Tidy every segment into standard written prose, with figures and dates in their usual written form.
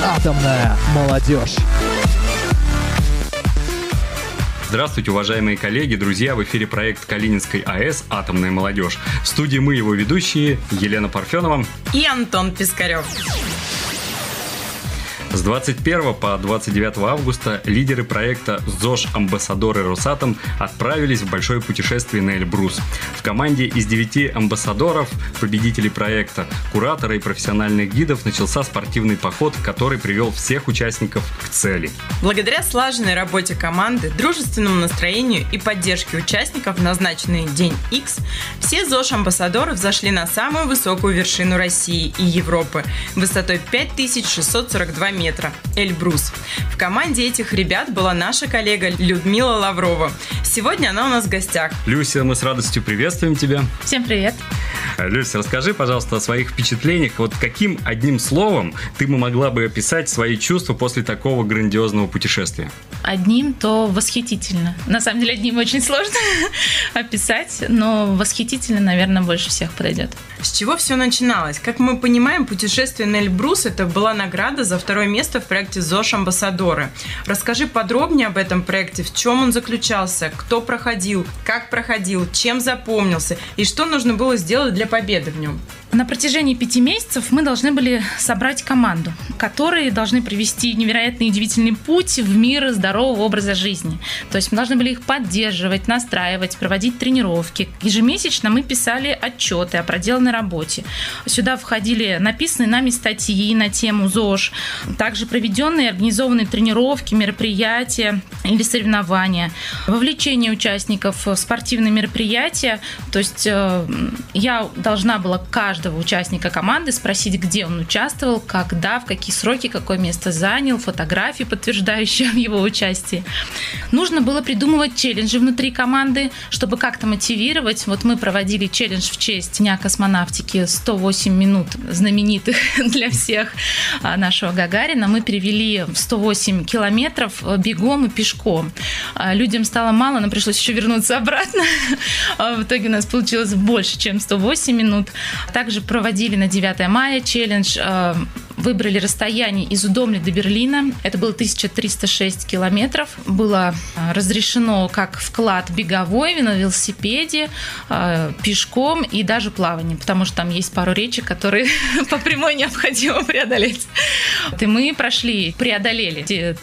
Атомная молодежь. Здравствуйте, уважаемые коллеги, друзья! В эфире проект Калининской АЭС «Атомная молодежь». В студии мы, его ведущие, Елена Парфенова и Антон Пискарев. С 21 по 29 августа лидеры проекта ЗОЖ «Амбассадоры Росатом» отправились в большое путешествие на Эльбрус. В команде из 9 амбассадоров, победителей проекта, куратора и профессиональных гидов начался спортивный поход, который привел всех участников к цели. Благодаря слаженной работе команды, дружественному настроению и поддержке участников в назначенный день X, все ЗОЖ-амбассадоры взошли на самую высокую вершину России и Европы высотой 5642 метра. Эльбрус. В команде этих ребят была наша коллега Людмила Лаврова. Сегодня она у нас в гостях. Люся, мы с радостью приветствуем тебя. Всем привет. Люся, расскажи, пожалуйста, о своих впечатлениях. Вот каким одним словом ты могла бы описать свои чувства после такого грандиозного путешествия? Одним, то восхитительно. На самом деле, одним очень сложно описать, но восхитительно, наверное, больше всех подойдет. С чего все начиналось? Как мы понимаем, путешествие на Эльбрус – это была награда за второе место в проекте ЗОЖ «Амбассадоры». Расскажи подробнее об этом проекте, в чем он заключался, кто проходил, как проходил, чем запомнился и что нужно было сделать для победы в нем. На протяжении 5 месяцев мы должны были собрать команду, которые должны привести невероятный и удивительный путь в мир здорового образа жизни. То есть мы должны были их поддерживать, настраивать, проводить тренировки. Ежемесячно мы писали отчеты о проделанной работе. Сюда входили написанные нами статьи на тему ЗОЖ, также проведенные и организованные тренировки, мероприятия или соревнования, вовлечение участников в спортивные мероприятия. То есть я должна была каждого участника команды спросить, где он участвовал, когда, в какие сроки, какое место занял, фотографии, подтверждающие его участие. Нужно было придумывать челленджи внутри команды, чтобы как-то мотивировать. Вот мы проводили челлендж в честь Дня космонавтики 108 минут, знаменитых для всех нашего Гагарина. Мы перевели в 108 километров бегом и пешком. Людям стало мало, нам пришлось еще вернуться обратно. В итоге у нас получилось больше, чем 108 минут. Также проводили на 9 мая челлендж, выбрали расстояние из Удомли до Берлина. Это было 1306 километров. Было разрешено как вклад беговой, на велосипеде, пешком и даже плавание, потому что там есть пару речек, которые по прямой необходимо преодолеть. И мы преодолели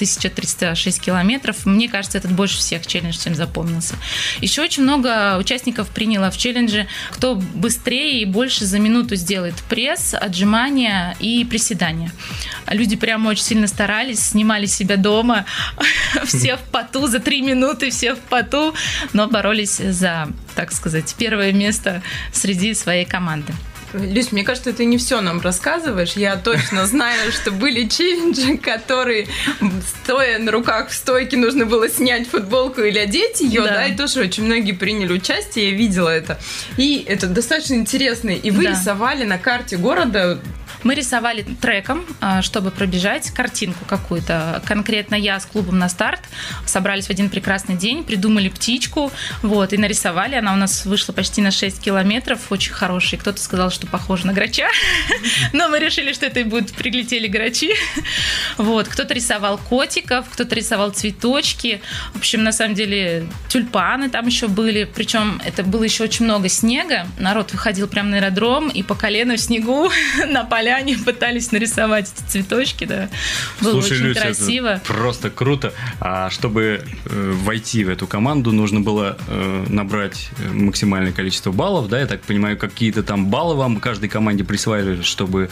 1306 километров. Мне кажется, этот больше всех челлендж всем запомнился. Еще очень много участников приняло в челлендже, кто быстрее и больше за минуту сделает пресс, отжимания и приседания. Люди прямо очень сильно старались, снимали себя дома, все в поту, за 3 минуты все в поту, но боролись за, так сказать, первое место среди своей команды. Люсь, мне кажется, ты не все нам рассказываешь. Я точно знаю, что были челленджи, которые, стоя на руках в стойке, нужно было снять футболку или одеть ее, да, и тоже очень многие приняли участие, я видела это. И это достаточно интересно. И вы рисовали на карте города. Мы рисовали треком, чтобы пробежать картинку какую-то. Конкретно я с клубом «На старт» собрались в один прекрасный день, придумали птичку, и нарисовали. Она у нас вышла почти на 6 километров, очень хороший. Кто-то сказал, что похоже на грача, но мы решили, что это и прилетели грачи. Кто-то рисовал котиков, кто-то рисовал цветочки. В общем, на самом деле, тюльпаны там еще были. Причем это было еще очень много снега. Народ выходил прямо на аэродром и по колено в снегу на полях они пытались нарисовать эти цветочки, да. Было очень Люся, красиво. Это просто круто. А чтобы войти в эту команду, нужно было набрать максимальное количество баллов, да? Я так понимаю, какие-то там баллы вам каждой команде присваивали, чтобы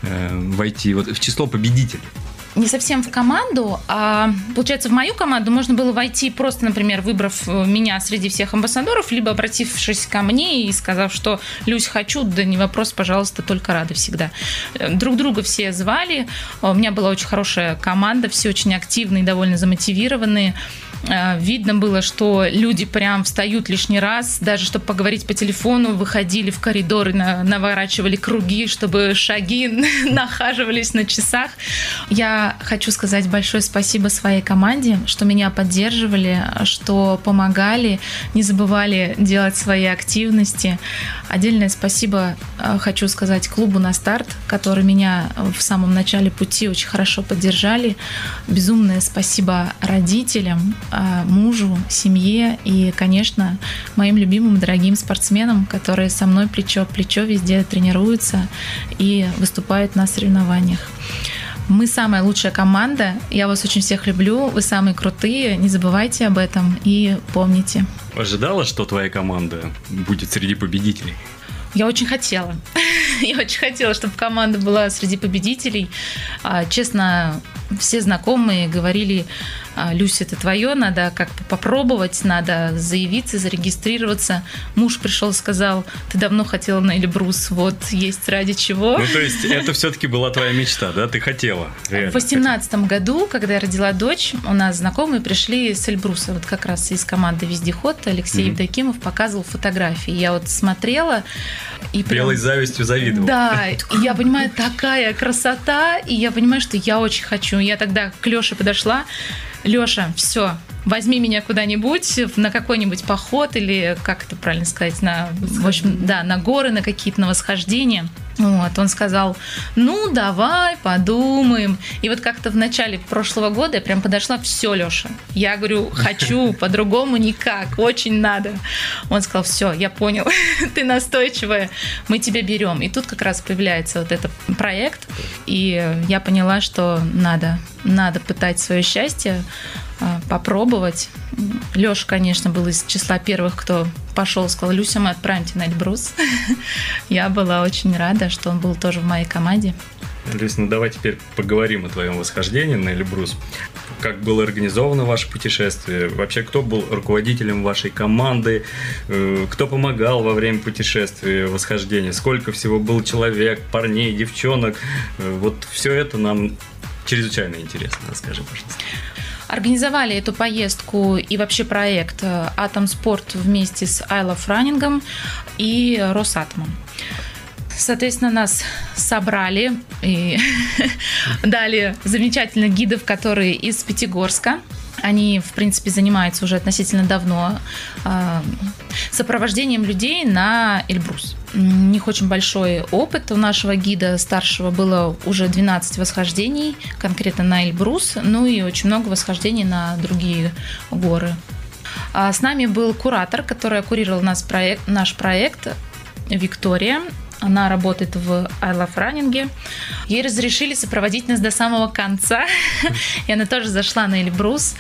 войти в число победителей. Не совсем в команду, а, получается, в мою команду можно было войти просто, например, выбрав меня среди всех амбассадоров, либо обратившись ко мне и сказав, что «Люсь, хочу», да не вопрос, пожалуйста, только рада всегда. Друг друга все звали, у меня была очень хорошая команда, все очень активные, довольно замотивированные. Видно было, что люди прям встают лишний раз, даже чтобы поговорить по телефону, выходили в коридор и наворачивали круги, чтобы шаги нахаживались на часах. Я хочу сказать большое спасибо своей команде, что меня поддерживали, что помогали, не забывали делать свои активности. Отдельное спасибо хочу сказать клубу «На старт», который меня в самом начале пути очень хорошо поддержали. Безумное спасибо родителям, мужу, семье и, конечно, моим любимым дорогим спортсменам, которые со мной плечо к плечу везде тренируются и выступают на соревнованиях. Мы самая лучшая команда. Я вас очень всех люблю. Вы самые крутые. Не забывайте об этом и помните. Ожидала, что твоя команда будет среди победителей? Я очень хотела. Я очень хотела, чтобы команда была среди победителей. Честно, все знакомые говорили: Люся, это твое, надо как-то попробовать, надо заявиться, зарегистрироваться. Муж пришел и сказал: ты давно хотела на Эльбрус, вот есть ради чего. Ну, то есть это все-таки была твоя мечта, да? Ты хотела? В 2018 году, когда я родила дочь, у нас знакомые пришли с Эльбруса, вот как раз из команды «Вездеход». Алексей Евдокимов показывал фотографии. Я вот смотрела и прям... Белой завистью завидовал. Да, и я понимаю, такая красота, и я понимаю, что я очень хочу. Я тогда к Лёше подошла: Лёша, все, возьми меня куда-нибудь на какой-нибудь поход или, как это правильно сказать, в общем, да, на горы, на какие-то на восхождения. Вот, он сказал: ну, давай, подумаем. И вот как-то в начале прошлого года я прям подошла: все, Лёша, я говорю, хочу, по-другому никак, очень надо. Он сказал: все, я понял, ты настойчивая, мы тебя берем. И тут как раз появляется вот этот проект, и я поняла, что надо пытать свое счастье, попробовать. Лёша, конечно, был из числа первых, кто пошел, сказал: Люся, мы отправим тебя на Эльбрус. Я была очень рада, что он был тоже в моей команде. Люсь, ну давай теперь поговорим о твоем восхождении на Эльбрус. Как было организовано ваше путешествие? Вообще, кто был руководителем вашей команды? Кто помогал во время путешествия, восхождения? Сколько всего было человек, парней, девчонок? Вот все это нам чрезвычайно интересно. Расскажи, пожалуйста. Организовали эту поездку и вообще проект «Атом Спорт» вместе с I Love Running и Росатомом. Соответственно, нас собрали и дали замечательных гидов, которые из Пятигорска. Они, в принципе, занимаются уже относительно давно сопровождением людей на Эльбрус. У них очень большой опыт. У нашего гида старшего было уже 12 восхождений, конкретно на Эльбрус, ну и очень много восхождений на другие горы. С нами был куратор, который курировал наш проект, Виктория. Она работает в I Love Running. Ей разрешили сопроводить нас до самого конца. И она тоже зашла на Эльбрус.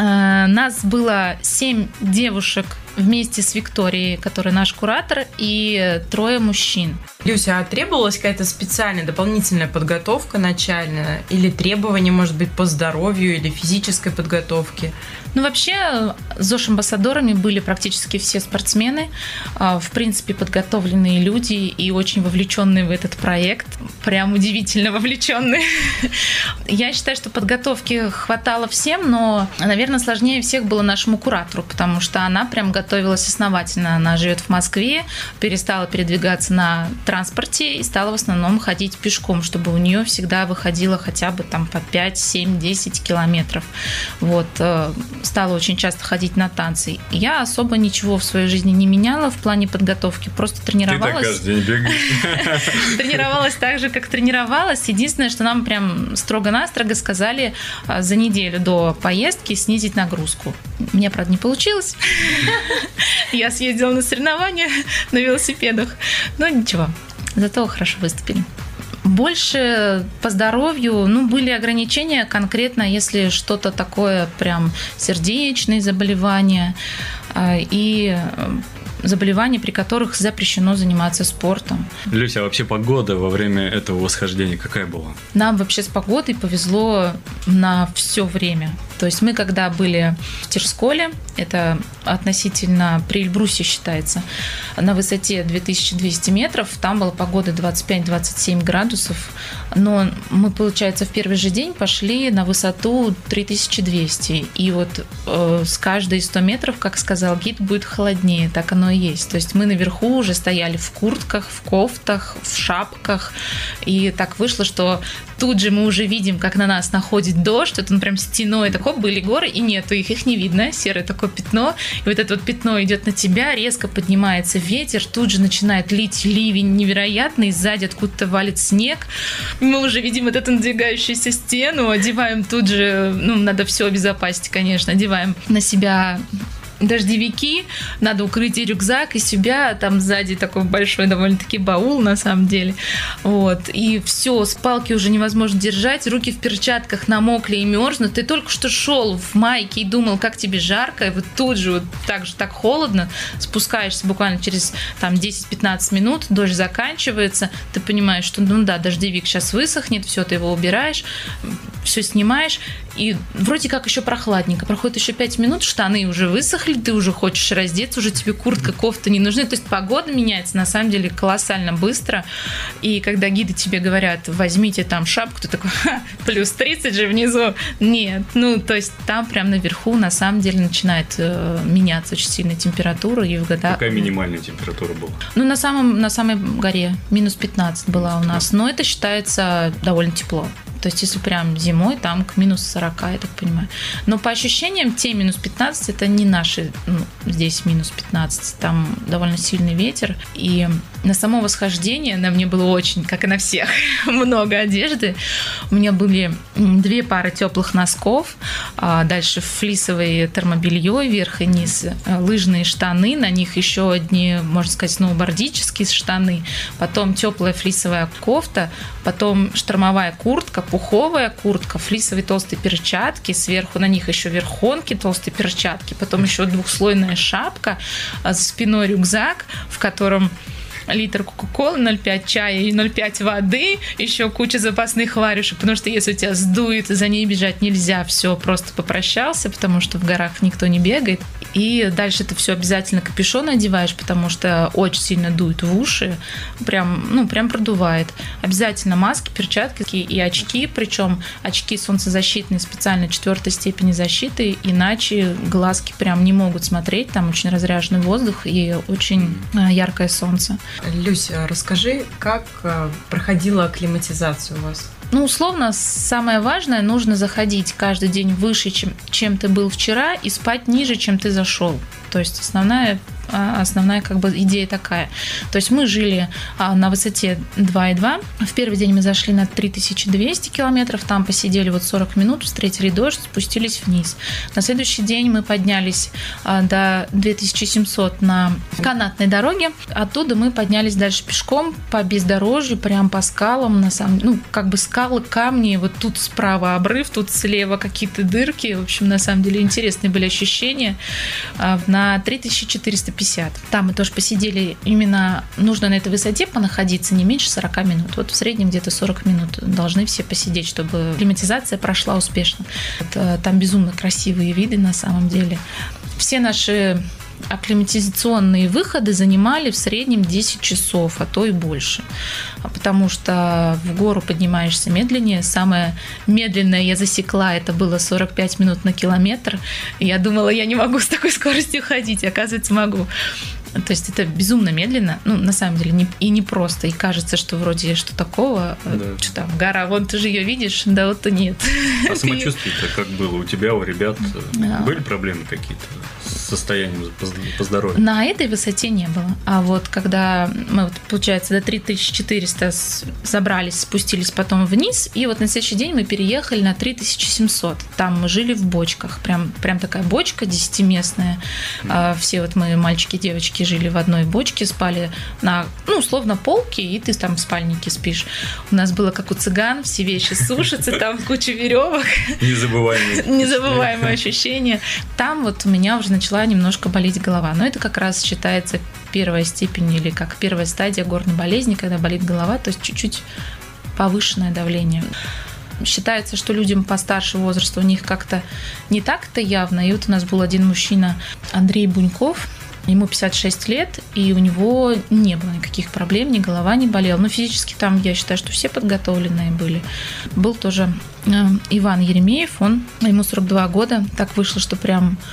Нас было 7 девушек вместе с Викторией, которая наш куратор, и 3 мужчин. Люся, а требовалась какая-то специальная дополнительная подготовка начальная? Или требования, может быть, по здоровью или физической подготовке? Ну, вообще, ЗОЖ-амбассадорами были практически все спортсмены, в принципе, подготовленные люди и очень вовлеченные в этот проект. Прям удивительно вовлеченные. Я считаю, что подготовки хватало всем, но, наверное, сложнее всех было нашему куратору, потому что она прям готовилась основательно. Она живет в Москве, перестала передвигаться на транспорте и стала в основном ходить пешком, чтобы у нее всегда выходило хотя бы там по 5, 7, 10 километров. Вот. Стала очень часто ходить на танцы. Я особо ничего в своей жизни не меняла в плане подготовки, просто тренировалась. Ты так каждый день бегаешь. Тренировалась так же, как тренировалась. Единственное, что нам прям строго-настрого сказали за неделю до поездки снизить нагрузку. У меня, правда, не получилось. Я съездила на соревнования на велосипедах. Но ничего, зато хорошо выступили. Больше по здоровью, были ограничения конкретно, если что-то такое прям сердечные заболевания и заболевания, при которых запрещено заниматься спортом. Люся, а вообще погода во время этого восхождения какая была? Нам вообще с погодой повезло на все время. То есть мы когда были в Терсколе, это относительно при Эльбрусе считается, на высоте 2200 метров, там была погода 25-27 градусов, но мы, получается, в первый же день пошли на высоту 3200, и вот с каждой 100 метров, как сказал гид, будет холоднее, так оно и есть. То есть мы наверху уже стояли в куртках, в кофтах, в шапках, и так вышло, что тут же мы уже видим, как на нас находит дождь, это прям стеной, так, были горы, и нету их не видно, серое такое пятно, и вот это вот пятно идет на тебя, резко поднимается ветер, тут же начинает лить ливень невероятный, сзади откуда-то валит снег, мы уже видим вот эту надвигающуюся стену, одеваем тут же, надо все обезопасить, конечно, одеваем на себя дождевики, надо укрыть и рюкзак, и себя, там сзади такой большой довольно-таки баул на самом деле, вот, и все, с палки уже невозможно держать, руки в перчатках намокли и мерзнут, ты только что шел в майке и думал, как тебе жарко, и вот тут же вот так холодно, спускаешься буквально через там 10-15 минут, дождь заканчивается, ты понимаешь, что дождевик сейчас высохнет, все, ты его убираешь, все снимаешь, и вроде как еще прохладненько, проходит еще 5 минут, штаны уже высохли, ты уже хочешь раздеться, уже тебе куртка, кофта не нужны. То есть погода меняется на самом деле колоссально быстро. И когда гиды тебе говорят, возьмите там шапку, ты такой, плюс 30 же внизу. Нет, то есть там прям наверху на самом деле начинает меняться очень сильно температура. И Какая минимальная температура была? На самой горе минус 15 была у нас. Но это считается довольно тепло. То есть, если прям зимой, там к минус 40, я так понимаю. Но по ощущениям, те минус 15, это не наши, здесь минус 15. Там довольно сильный ветер. И на само восхождение на мне было очень, как и на всех, много одежды. У меня были 2 пары теплых носков, дальше флисовое термобелье, верх и низ, лыжные штаны, на них еще одни, можно сказать, сноубордические штаны, потом теплая флисовая кофта, потом штормовая куртка, пуховая куртка, флисовые толстые перчатки, сверху на них еще верхонки, толстые перчатки, потом еще 2-слойная шапка, за спиной рюкзак, в котором литр кока-колы, 0,5 чая и 0,5 воды, еще куча запасных варежек, потому что если у тебя сдует, за ней бежать нельзя, все, просто попрощался, потому что в горах никто не бегает. И дальше ты все обязательно капюшон одеваешь, потому что очень сильно дует в уши, прям продувает. Обязательно маски, перчатки и очки, причем очки солнцезащитные специально 4 степени защиты, иначе глазки прям не могут смотреть, там очень разряженный воздух и очень яркое солнце. Люся, расскажи, как проходила акклиматизация у вас? Условно, самое важное, нужно заходить каждый день выше, чем ты был вчера, и спать ниже, чем ты зашел. То есть основная как бы идея такая. То есть мы жили на высоте 2,2. В первый день мы зашли на 3200 километров, там посидели 40 минут, встретили дождь, спустились вниз. На следующий день мы поднялись до 2700 на канатной дороге. Оттуда мы поднялись дальше пешком по бездорожью, прям по скалам, как бы скалы, камни, вот тут справа обрыв, тут слева какие-то дырки. В общем, на самом деле интересные были ощущения. На 3450. Там мы тоже посидели, именно нужно на этой высоте понаходиться не меньше 40 минут. Вот в среднем где-то 40 минут должны все посидеть, чтобы акклиматизация прошла успешно. Там безумно красивые виды на самом деле. Все наши акклиматизационные выходы занимали в среднем 10 часов, а то и больше. Потому что в гору поднимаешься медленнее. Самое медленное я засекла, это было 45 минут на километр. Я думала, я не могу с такой скоростью ходить, оказывается, могу. То есть это безумно медленно, на самом деле, и не просто. И кажется, что вроде что такого, что там, гора, вон ты же ее видишь, да вот и нет. А самочувствие-то как было у тебя, у ребят? Были проблемы какие-то с состоянием по здоровью? На этой высоте не было. А вот когда мы, получается, до 3400 забрались, спустились потом вниз, и вот на следующий день мы переехали на 3700. Там мы жили в бочках. Прям такая бочка 10-местная. Все вот мы, мальчики, девочки, жили в одной бочке, спали на, условно, полке, и ты там в спальнике спишь. У нас было как у цыган, все вещи сушатся, там куча веревок. Незабываемое ощущение. Там вот у меня уже начала немножко болеть голова. Но это как раз считается первая степень или как первая стадия горной болезни, когда болит голова, то есть чуть-чуть повышенное давление. считается, что людям постарше возраста у них как-то не так-то явно. И вот у нас был один мужчина, Андрей Буньков, ему 56 лет, и у него не было никаких проблем, ни голова не болела. Но физически там, я считаю, что все подготовленные были. Был тоже Иван Еремеев, ему 42 года. Так вышло, что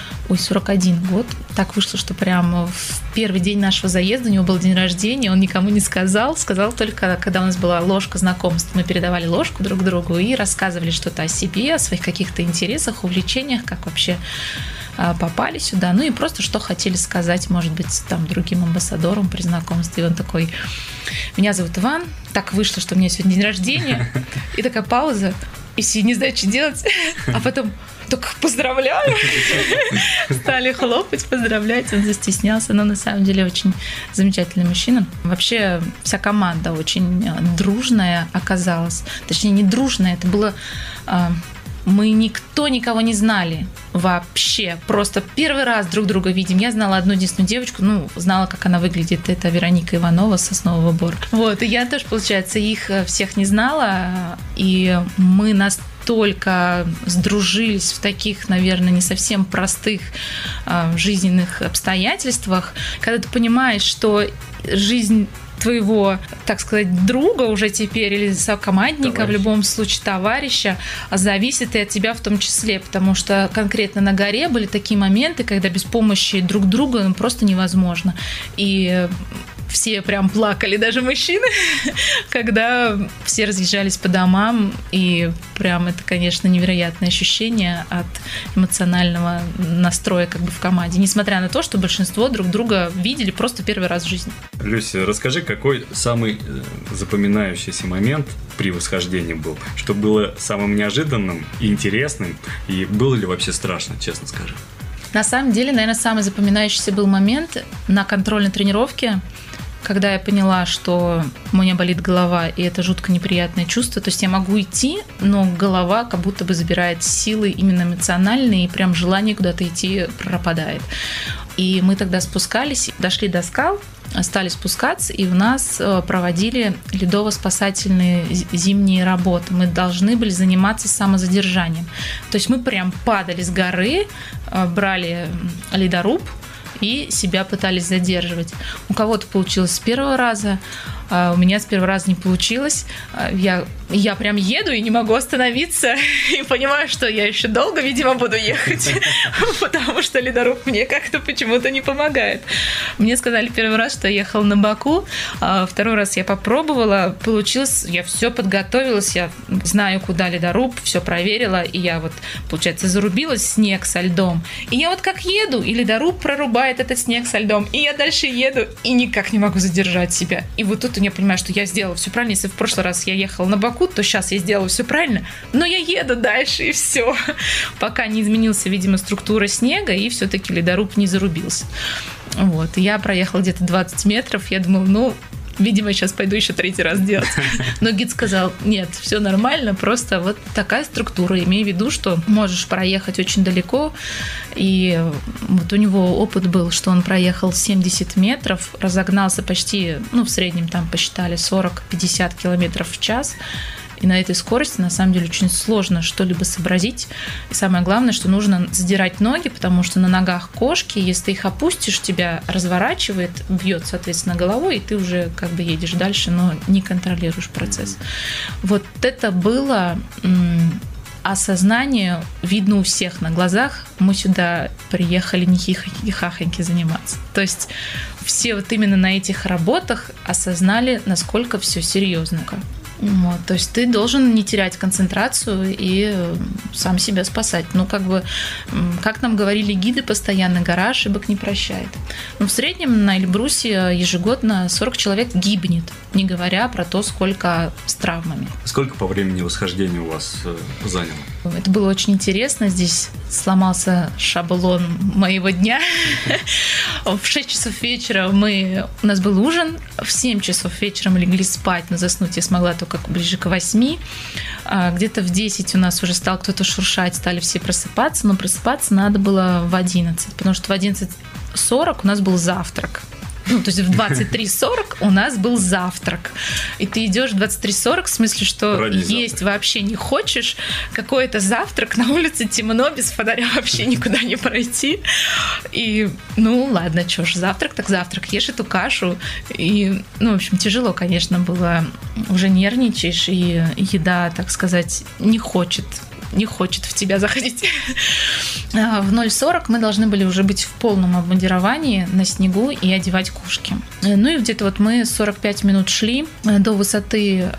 41 год. Так вышло, что прям в первый день нашего заезда, у него был день рождения, он никому не сказал. Сказал только, когда у нас была ложка знакомств. Мы передавали ложку друг другу и рассказывали что-то о себе, о своих каких-то интересах, увлечениях, как вообще попали сюда, ну и просто что хотели сказать, может быть, там другим амбассадорам при знакомстве. И он такой: меня зовут Иван, так вышло, что у меня сегодня день рождения. И такая пауза, и все не знают, что делать. А потом: только поздравляю. Стали хлопать, поздравлять. Он застеснялся, но на самом деле очень замечательный мужчина. Вообще вся команда очень дружная оказалась. Точнее, не дружная, это было... Мы никто никого не знали вообще. Просто первый раз друг друга видим. Я знала одну единственную девочку, знала, как она выглядит. Это Вероника Иванова с Соснового Бора. Вот, и я тоже, получается, их всех не знала. И мы настолько сдружились в таких, наверное, не совсем простых жизненных обстоятельствах, когда ты понимаешь, что жизнь твоего, так сказать, друга уже теперь, или сокомандника, в любом случае товарища, зависит и от тебя в том числе, потому что конкретно на горе были такие моменты, когда без помощи друг друга просто невозможно. И все прям плакали, даже мужчины, когда все разъезжались по домам, и прям это, конечно, невероятное ощущение от эмоционального настроя как бы в команде, несмотря на то, что большинство друг друга видели просто первый раз в жизни. Люся, расскажи, какой самый запоминающийся момент при восхождении был? Что было самым неожиданным и интересным, и было ли вообще страшно, честно скажи? На самом деле, наверное, самый запоминающийся был момент на контрольной тренировке, когда я поняла, что у меня болит голова, и это жутко неприятное чувство. То есть я могу идти, но голова как будто бы забирает силы именно эмоциональные, и прям желание куда-то идти пропадает. И мы тогда спускались, дошли до скал, стали спускаться, и у нас проводили ледово-спасательные зимние работы. Мы должны были заниматься самозадержанием. То есть мы прям падали с горы, брали ледоруб, и себя пытались задерживать. У кого-то получилось с первого раза, у меня с первого раза не получилось. Я прям еду и не могу остановиться, и понимаю, что я еще долго, видимо, буду ехать, потому что ледоруб мне как-то почему-то не помогает. Мне сказали первый раз, что я ехала на боку, второй раз я попробовала, получилось, я все подготовилась, я знаю, куда ледоруб, все проверила, и я вот, получается, зарубилась в снег со льдом. И я вот как еду, и ледоруб прорубает этот снег со льдом, и я дальше еду, и никак не могу задержать себя. И вот тут я понимаю, что я сделала все правильно. Если в прошлый раз я ехала на боку, то сейчас я сделала все правильно, но я еду дальше, и все. Пока не изменился, видимо, структура снега, и все-таки ледоруб не зарубился. Вот. Я проехала где-то 20 метров, я думала, видимо, сейчас пойду еще третий раз делать. Но гид сказал: нет, все нормально, просто вот такая структура. Имей в виду, что можешь проехать очень далеко. И вот у него опыт был, что он проехал 70 метров, разогнался почти, в среднем там посчитали 40-50 километров в час. И на этой скорости, на самом деле, очень сложно что-либо сообразить. И самое главное, что нужно задирать ноги, потому что на ногах кошки, если ты их опустишь, тебя разворачивает, бьет, соответственно, головой, и ты уже как бы едешь дальше, но не контролируешь процесс. Вот это было осознание, видно у всех на глазах. Мы сюда приехали не хихоньки заниматься. То есть все вот именно на этих работах осознали, насколько все серьезно. Вот, то есть ты должен не терять концентрацию и сам себя спасать. Как нам говорили гиды постоянно, гора ошибок не прощает. В среднем на Эльбрусе ежегодно 40 человек гибнет, не говоря про то, сколько с травмами. Сколько по времени восхождения у вас заняло? Это было очень интересно. Здесь сломался шаблон моего дня. В 6 часов вечера у нас был ужин. В 7 часов вечера мы легли спать, но заснуть я смогла только ближе к 8. Где-то в 10 у нас уже стал кто-то шуршать, стали все просыпаться, но просыпаться надо было в 11, потому что в 11:40 у нас был завтрак. Ну, то есть в 23:40 у нас был завтрак. И ты идешь в 23:40, в смысле, что Ради есть завтрака. вообще не хочешь. Какой-то завтрак, на улице темно, без фонаря вообще никуда не пройти. И, ну, ладно, что ж, завтрак так завтрак, ешь эту кашу. И, ну, в общем, тяжело, конечно, было. Уже нервничаешь, и еда, так сказать, не хочет в тебя заходить. В 0:40 мы должны были уже быть в полном обмундировании на снегу и одевать кушки. Ну и где-то вот мы 45 минут шли до высоты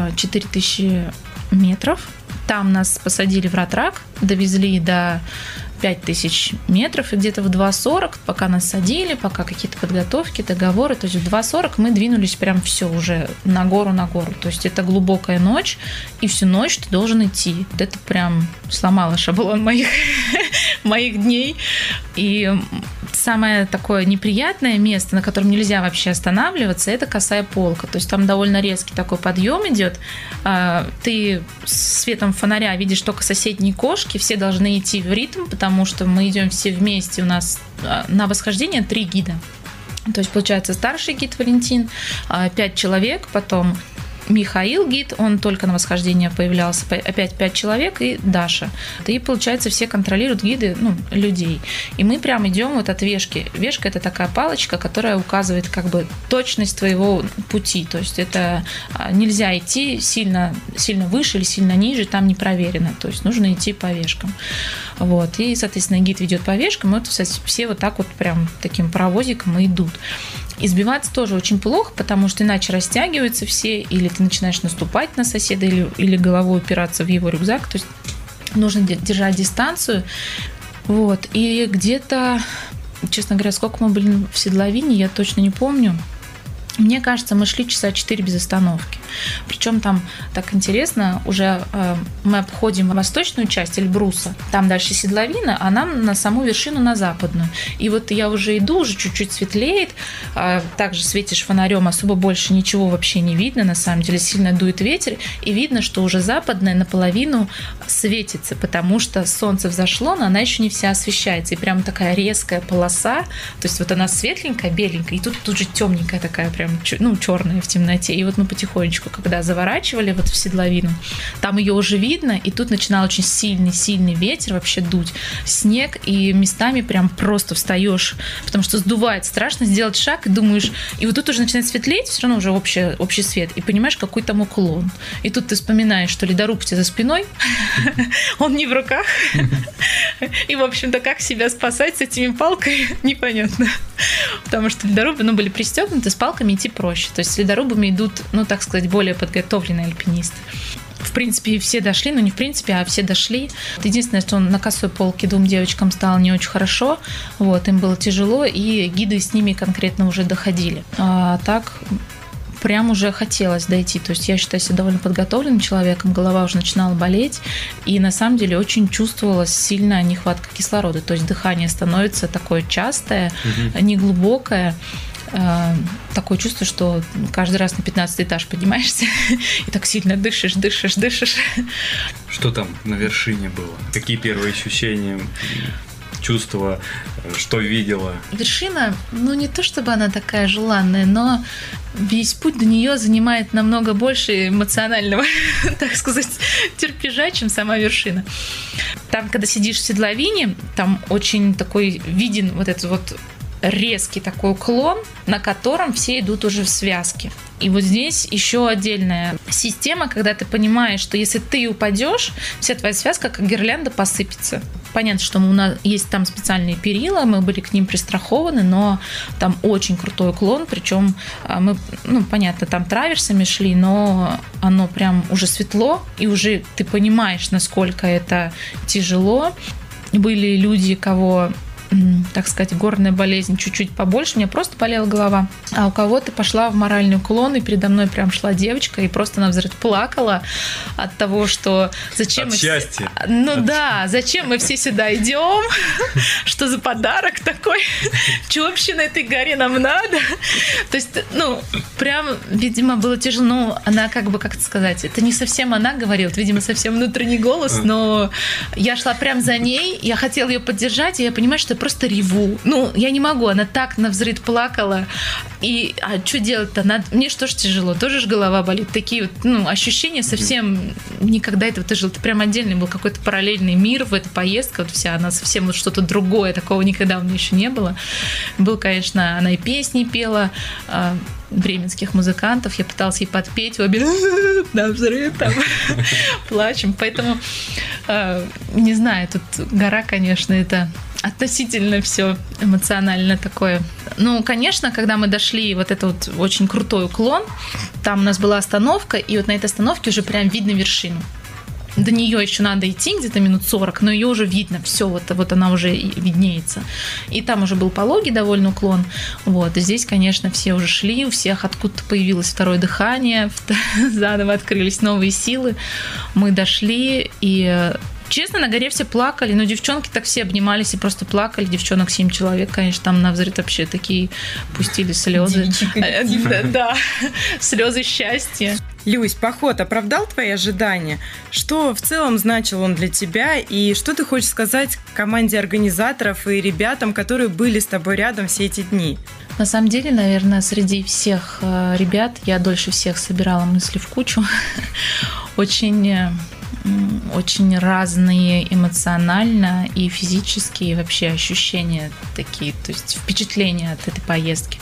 4000 метров. Там нас посадили в Ратрак, довезли до 5000 метров, и где-то в 2:40, пока нас садили, пока какие-то подготовки, договоры, то есть в 2:40 мы двинулись прям все уже на гору. То есть это глубокая ночь, и всю ночь ты должен идти. Вот это прям сломало шаблон моих дней. И самое такое неприятное место, на котором нельзя вообще останавливаться, это косая полка. То есть там довольно резкий такой подъем идет. Ты светом фонаря видишь только соседние кошки, все должны идти в ритм, потому что мы идем все вместе. У нас на восхождение 3 гида. То есть, получается, старший гид Валентин, 5 человек, потом Михаил гид, он только на восхождение появлялся, опять 5 человек, и Даша. И, получается, все контролируют гиды, ну, людей. И мы прям идем вот от вешки. Вешка – это такая палочка, которая указывает как бы точность твоего пути. То есть это нельзя идти сильно выше или сильно ниже, там не проверено. То есть нужно идти по вешкам. Вот. И, соответственно, гид ведет по вешкам, и вот все вот так вот прям таким паровозиком и идут. Избиваться тоже очень плохо, потому что иначе растягиваются все, или ты начинаешь наступать на соседа, или головой упираться в его рюкзак. То есть нужно держать дистанцию. Вот. И где-то, честно говоря, сколько мы были в седловине, я точно не помню. Мне кажется, мы шли часа 4 без остановки. Причем там так интересно, уже мы обходим восточную часть Эльбруса, там дальше седловина, а нам на саму вершину, на западную. И вот я уже иду, уже чуть-чуть светлеет, также светишь фонарем, особо больше ничего вообще не видно, на самом деле сильно дует ветер, и видно, что уже западная наполовину светится, потому что солнце взошло, но она еще не вся освещается, и прям такая резкая полоса, то есть вот она светленькая, беленькая, и тут же темненькая такая прям, ну, черная в темноте. И вот мы потихонечку, когда заворачивали вот в седловину, там ее уже видно, и тут начинал очень сильный ветер вообще дуть, снег, и местами прям просто встаешь, потому что сдувает, страшно сделать шаг, и думаешь, и вот тут уже начинает светлеть, все равно уже общий свет, и понимаешь, какой там уклон. И тут ты вспоминаешь, что ледоруб у тебя за спиной, он не в руках, и, в общем-то, как себя спасать с этими палками, непонятно. Потому что ледорубы, были пристегнуты, с палками идти проще. То есть с ледорубами идут, так сказать, более подготовленные альпинисты. В принципе, все дошли, не в принципе, а все дошли. Единственное, что на косой полке 2 девочкам стало не очень хорошо, вот, им было тяжело, и гиды с ними конкретно уже доходили. А так прям уже хотелось дойти. То есть я считаю себя довольно подготовленным человеком, голова уже начинала болеть, и на самом деле очень чувствовалась сильная нехватка кислорода. То есть дыхание становится такое частое, неглубокое. Такое чувство, что каждый раз на 15 этаж поднимаешься и так сильно дышишь. Что там на вершине было? Какие первые ощущения, чувства, что видела? Вершина, не то чтобы она такая желанная, но весь путь до нее занимает намного больше эмоционального, так сказать, терпежа, чем сама вершина. Там, когда сидишь в седловине, там очень такой виден вот этот вот резкий такой уклон, на котором все идут уже в связке. И вот здесь еще отдельная система, когда ты понимаешь, что если ты упадешь, вся твоя связка как гирлянда посыпется. Понятно, что у нас есть там специальные перила, мы были к ним пристрахованы, но там очень крутой уклон, причем мы, понятно, там траверсами шли, но оно прям уже светло, и уже ты понимаешь, насколько это тяжело. Были люди, кого, так сказать, горная болезнь чуть-чуть побольше, у меня просто болела голова, а у кого-то пошла в моральный уклон, и передо мной прям шла девочка, и просто навзрыд плакала от того, что зачем... От счастья. Зачем мы все сюда идем, что за подарок такой, что вообще на этой горе нам надо. То есть, прям, видимо, было тяжело, она как это сказать, это не совсем она говорила, это, видимо, совсем внутренний голос, но я шла прям за ней, я хотела ее поддержать, и я понимаю, что просто реву. Ну, я не могу, она так навзрыд плакала. А что делать-то? Мне что ж тяжело, тоже ж голова болит. Такие вот, ну, ощущения совсем никогда этого ты жил. Это прям отдельный был какой-то параллельный мир в этой поездке. Вот вся она совсем вот что-то другое, такого никогда у меня еще не было. Был, конечно, она и песни пела бременских музыкантов. Я пыталась ей подпеть, обе на взрыв там плачем. Поэтому, не знаю, тут гора, конечно, это относительно все эмоционально такое. Ну, конечно, когда мы дошли, вот это вот очень крутой уклон, там у нас была остановка, и вот на этой остановке уже прям видно вершину. До нее еще надо идти где-то минут 40, но ее уже видно, все, вот она уже виднеется. И там уже был пологий довольно уклон. Вот. И здесь, конечно, все уже шли, у всех откуда-то появилось второе дыхание, заново открылись новые силы. Мы дошли, и честно, на горе все плакали, но девчонки так все обнимались и просто плакали. Девчонок 7 человек, конечно, там навзрыд вообще такие пустили слезы. Да, слезы счастья. Люсь, поход оправдал твои ожидания? Что в целом значил он для тебя? И что ты хочешь сказать команде организаторов и ребятам, которые были с тобой рядом все эти дни? На самом деле, наверное, среди всех ребят я дольше всех собирала мысли в кучу. Очень разные эмоционально и физические вообще ощущения такие, то есть впечатления от этой поездки.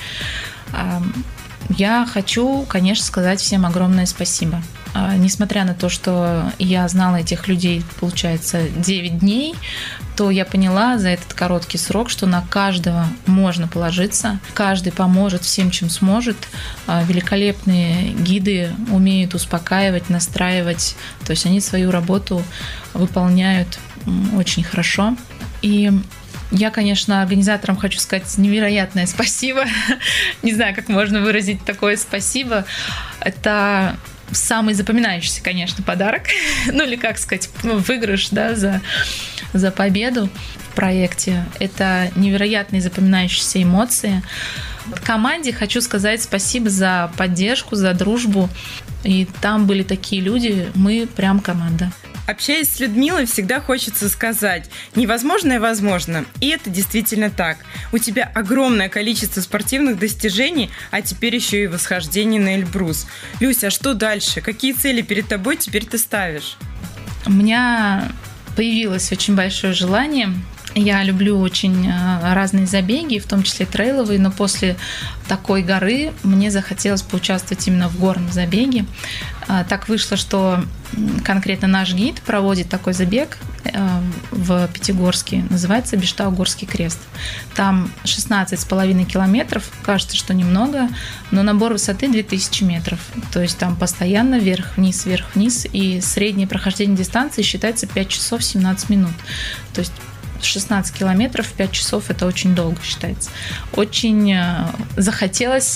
Я хочу, конечно, сказать всем огромное спасибо. Несмотря на то, что я знала этих людей, получается, 9 дней, то я поняла за этот короткий срок, что на каждого можно положиться, каждый поможет всем, чем сможет. Великолепные гиды умеют успокаивать, настраивать, то есть они свою работу выполняют очень хорошо. И я, конечно, организаторам хочу сказать невероятное спасибо. Не знаю, как можно выразить такое спасибо. Это самый запоминающийся, конечно, подарок. Ну, или, как сказать, выигрыш, да, за победу в проекте. Это невероятные запоминающиеся эмоции. Команде хочу сказать спасибо за поддержку, за дружбу. И там были такие люди, мы прям команда. Общаясь с Людмилой, всегда хочется сказать: невозможное возможно. И это действительно так. У тебя огромное количество спортивных достижений, а теперь еще и восхождение на Эльбрус. Люся, а что дальше? Какие цели перед тобой теперь ты ставишь? У меня появилось очень большое желание. Я люблю очень разные забеги, в том числе трейловые, но после такой горы мне захотелось поучаствовать именно в горном забеге. Так вышло, что конкретно наш гид проводит такой забег в Пятигорске, называется Биштау-Горский крест. Там 16,5 километров, кажется, что немного, но набор высоты 2000 метров. То есть там постоянно вверх-вниз, и среднее прохождение дистанции считается 5 часов 17 минут. То есть 16 километров в 5 часов – это очень долго считается. Очень захотелось,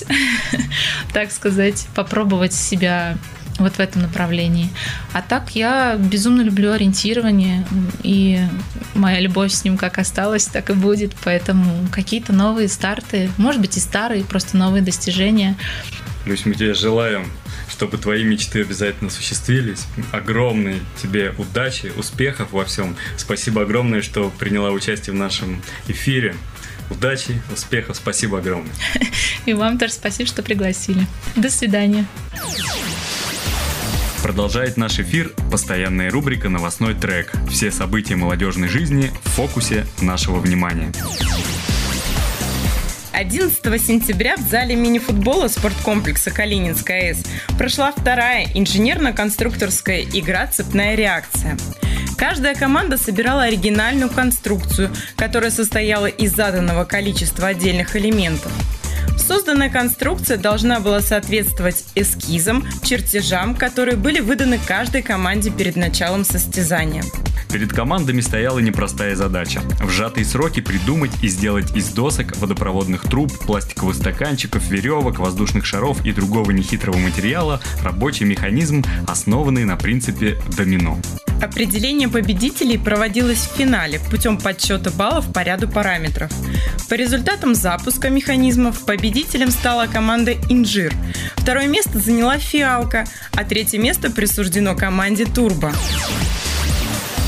так сказать, попробовать себя вот в этом направлении. А так я безумно люблю ориентирование, и моя любовь с ним как осталась, так и будет. Поэтому какие-то новые старты, может быть и старые, просто новые достижения. Люсь, мы тебе желаем, чтобы твои мечты обязательно осуществились. Огромной тебе удачи, успехов во всем. Спасибо огромное, что приняла участие в нашем эфире. Удачи, успехов. Спасибо огромное. И вам тоже спасибо, что пригласили. До свидания. Продолжает наш эфир постоянная рубрика «Новостной трек». Все события молодежной жизни в фокусе нашего внимания. 11 сентября в зале мини-футбола спорткомплекса Калининская АЭС прошла вторая инженерно-конструкторская игра «Цепная реакция». Каждая команда собирала оригинальную конструкцию, которая состояла из заданного количества отдельных элементов. Созданная конструкция должна была соответствовать эскизам, чертежам, которые были выданы каждой команде перед началом состязания. Перед командами стояла непростая задача – в сжатые сроки придумать и сделать из досок, водопроводных труб, пластиковых стаканчиков, веревок, воздушных шаров и другого нехитрого материала рабочий механизм, основанный на принципе домино. Определение победителей проводилось в финале путем подсчета баллов по ряду параметров. По результатам запуска механизмов победителем стала команда «Инжир». Второе место заняла «Фиалка», а третье место присуждено команде «Турбо».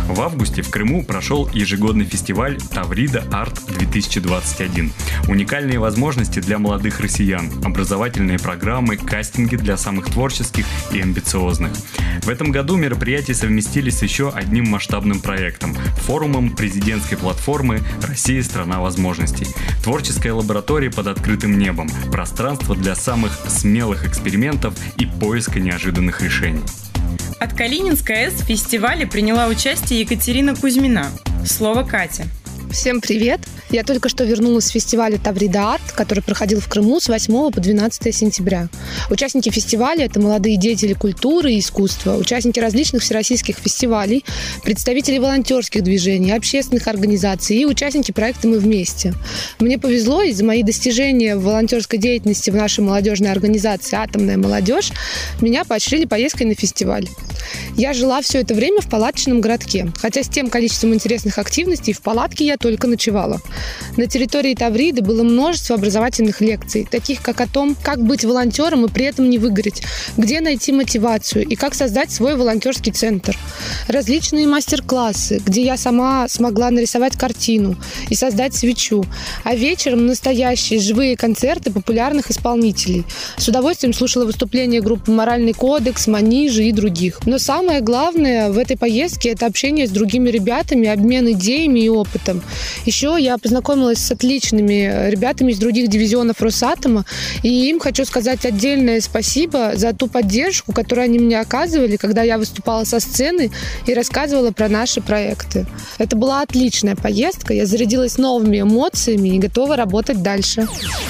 В августе в Крыму прошел ежегодный фестиваль «Таврида Арт-2021». Уникальные возможности для молодых россиян, образовательные программы, кастинги для самых творческих и амбициозных. В этом году мероприятия совместились с еще одним масштабным проектом – форумом президентской платформы «Россия – страна возможностей». Творческая лаборатория под открытым небом, пространство для самых смелых экспериментов и поиска неожиданных решений. От Калининской АЭС в фестивале приняла участие Екатерина Кузьмина. Слово Кате. Всем привет! Я только что вернулась с фестиваля «Таврида Арт», который проходил в Крыму с 8 по 12 сентября. Участники фестиваля – это молодые деятели культуры и искусства, участники различных всероссийских фестивалей, представители волонтерских движений, общественных организаций и участники проекта «Мы вместе». Мне повезло, и за мои достижения в волонтерской деятельности в нашей молодежной организации «Атомная молодежь» меня поощрили поездкой на фестиваль. Я жила все это время в палаточном городке, хотя с тем количеством интересных активностей в палатке я только ночевала. На территории Тавриды было множество образовательных лекций, таких как о том, как быть волонтером и при этом не выгореть, где найти мотивацию и как создать свой волонтерский центр. Различные мастер-классы, где я сама смогла нарисовать картину и создать свечу, а вечером настоящие живые концерты популярных исполнителей. С удовольствием слушала выступления группы «Моральный кодекс», «Манижи» и других. Но самое главное в этой поездке – это общение с другими ребятами, обмен идеями и опытом. Еще я познакомилась с отличными ребятами из других дивизионов Росатома, и им хочу сказать отдельное спасибо за ту поддержку, которую они мне оказывали, когда я выступала со сцены и рассказывала про наши проекты. Это была отличная поездка, я зарядилась новыми эмоциями и готова работать дальше.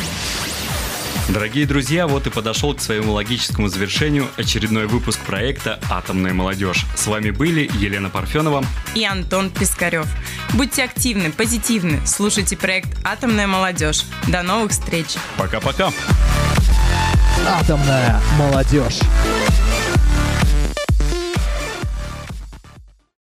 Дорогие друзья, вот и подошел к своему логическому завершению очередной выпуск проекта «Атомная молодежь». С вами были Елена Парфенова и Антон Пискарев. Будьте активны, позитивны, слушайте проект «Атомная молодежь». До новых встреч! Пока-пока! Атомная молодежь.